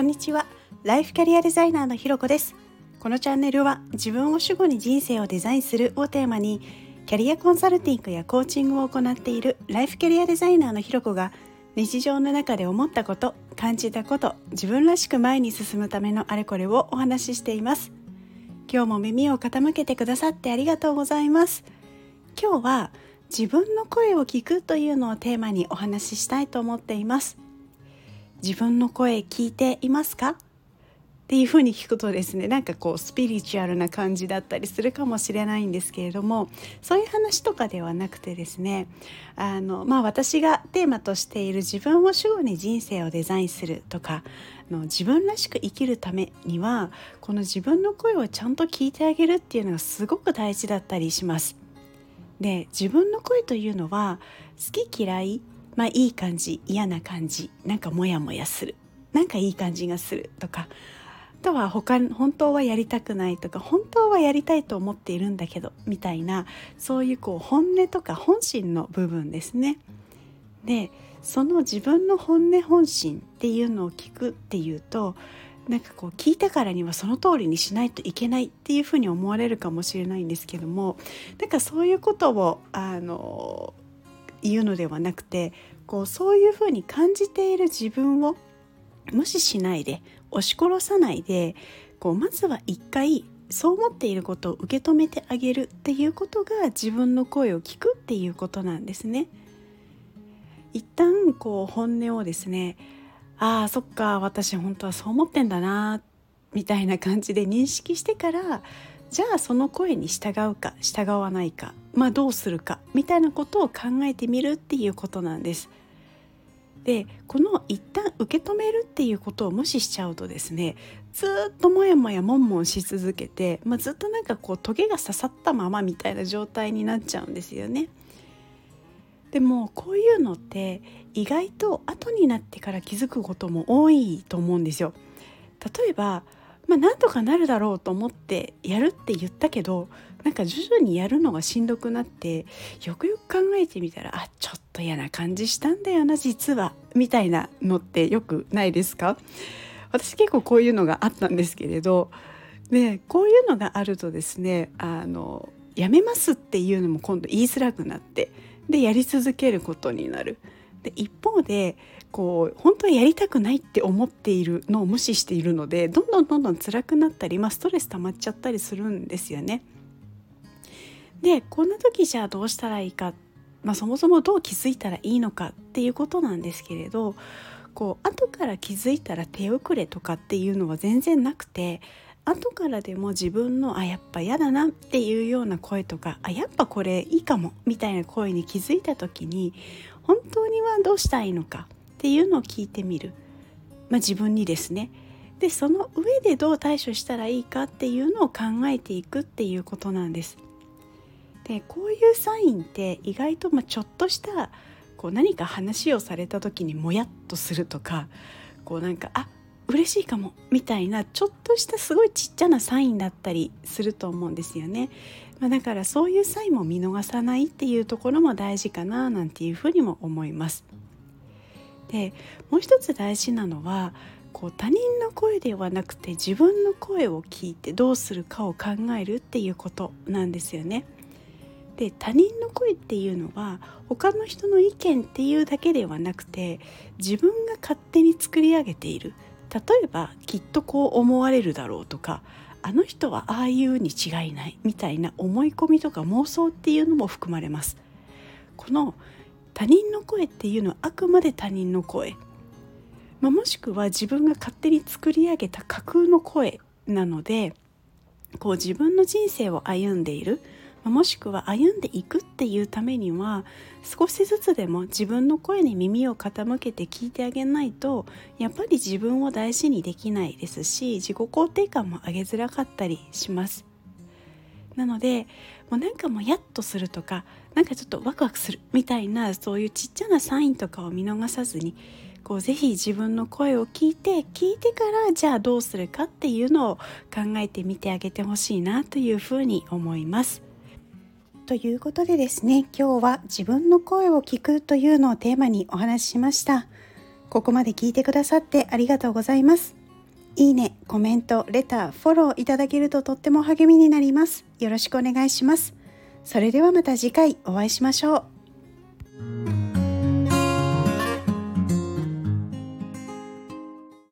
にちは。ライフキャリアデザイナーのひろこです。このチャンネルは自分を主語に人生をデザインするをテーマに、キャリアコンサルティングやコーチングを行っているライフキャリアデザイナーのひろこが、日常の中で思ったこと、感じたこと、自分らしく前に進むためのあれこれをお話ししています。今日も耳を傾けてくださってありがとうございます。今日は自分の声を聞くというのをテーマにお話ししたいと思っています。自分の声聞いていますかっていうふうに聞くとですね、なんかスピリチュアルな感じだったりするかもしれないんですけれども、そういう話とかではなくてですね、私がテーマとしている自分を主語に人生をデザインするとか、自分らしく生きるためにはこの自分の声をちゃんと聞いてあげるっていうのがすごく大事だったりします。で、自分の声というのは好き嫌い、いい感じ、嫌な感じ、なんかモヤモヤする、なんかいい感じがするとか、あとは本当はやりたくないとか、本当はやりたいと思っているんだけどみたいな、そういう本音とか本心の部分ですね。で、その自分の本音本心っていうのを聞くっていうと、なんか聞いたからにはその通りにしないといけないっていうふうに思われるかもしれないんですけども、なんかそういうことを言うのではなくて、そういうふうに感じている自分を無視しないで、押し殺さないで、まずは一回そう思っていることを受け止めてあげるっていうことが自分の声を聞くっていうことなんですね。一旦本音をですね、ああそっか、私本当はそう思ってんだなみたいな感じで認識してから、じゃあその声に従うか従わないか、どうするかみたいなことを考えてみるっていうことなんです。で、この一旦受け止めるっていうことを無視しちゃうとですね、ずっともやもやもんもんし続けて、ずっとなんかトゲが刺さったままみたいな状態になっちゃうんですよね。でもこういうのって意外と後になってから気づくことも多いと思うんですよ。例えば、なんとかなるだろうと思ってやるって言ったけど、なんか徐々にやるのがしんどくなって、よくよく考えてみたら、ちょっと嫌な感じしたんだよな実は、みたいなのってよくないですか？私結構こういうのがあったんですけれど、ね、こういうのがあるとですね、やめますっていうのも今度言いづらくなって、でやり続けることになる。で、一方で本当はやりたくないって思っているのを無視しているので、どんどん辛くなったり、ストレス溜まっちゃったりするんですよね。で、こんな時じゃあどうしたらいいか、そもそもどう気づいたらいいのかっていうことなんですけれど、後から気づいたら手遅れとかっていうのは全然なくて、後からでも自分のやっぱ嫌だなっていうような声とか、やっぱこれいいかもみたいな声に気づいた時に、本当にはどうしたらいいのかっていうのを聞いてみる、自分にですね。で、その上でどう対処したらいいかっていうのを考えていくっていうことなんです。で、こういうサインって意外とちょっとした何か話をされた時にもやっとするとか、なんか嬉しいかもみたいな、ちょっとしたすごいちっちゃなサインだったりすると思うんですよね。だからそういうサインも見逃さないっていうところも大事かななんていうふうにも思います。で、もう一つ大事なのは、他人の声ではなくて自分の声を聞いてどうするかを考えるっていうことなんですよね。で、他人の声っていうのは他の人の意見っていうだけではなくて、自分が勝手に作り上げている、例えばきっとこう思われるだろうとか、あの人はああいうに違いないみたいな思い込みとか妄想っていうのも含まれます。この他人の声っていうのはあくまで他人の声、もしくは自分が勝手に作り上げた架空の声なので、自分の人生を歩んでいる、もしくは歩んでいくっていうためには、少しずつでも自分の声に耳を傾けて聞いてあげないと、やっぱり自分を大事にできないですし、自己肯定感も上げづらかったりします。なので、なんかもやっとするとか、なんかちょっとワクワクするみたいな、そういうちっちゃなサインとかを見逃さずに、ぜひ自分の声を聞いてからじゃあどうするかっていうのを考えてみてあげてほしいなというふうに思います。ということでですね、今日は自分の声を聞くというのをテーマにお話ししました。ここまで聞いてくださってありがとうございます。 いいね、コメント、レター、フォローいただけるととっても励みになります。よろしくお願いします。それではまた次回お会いしましょう。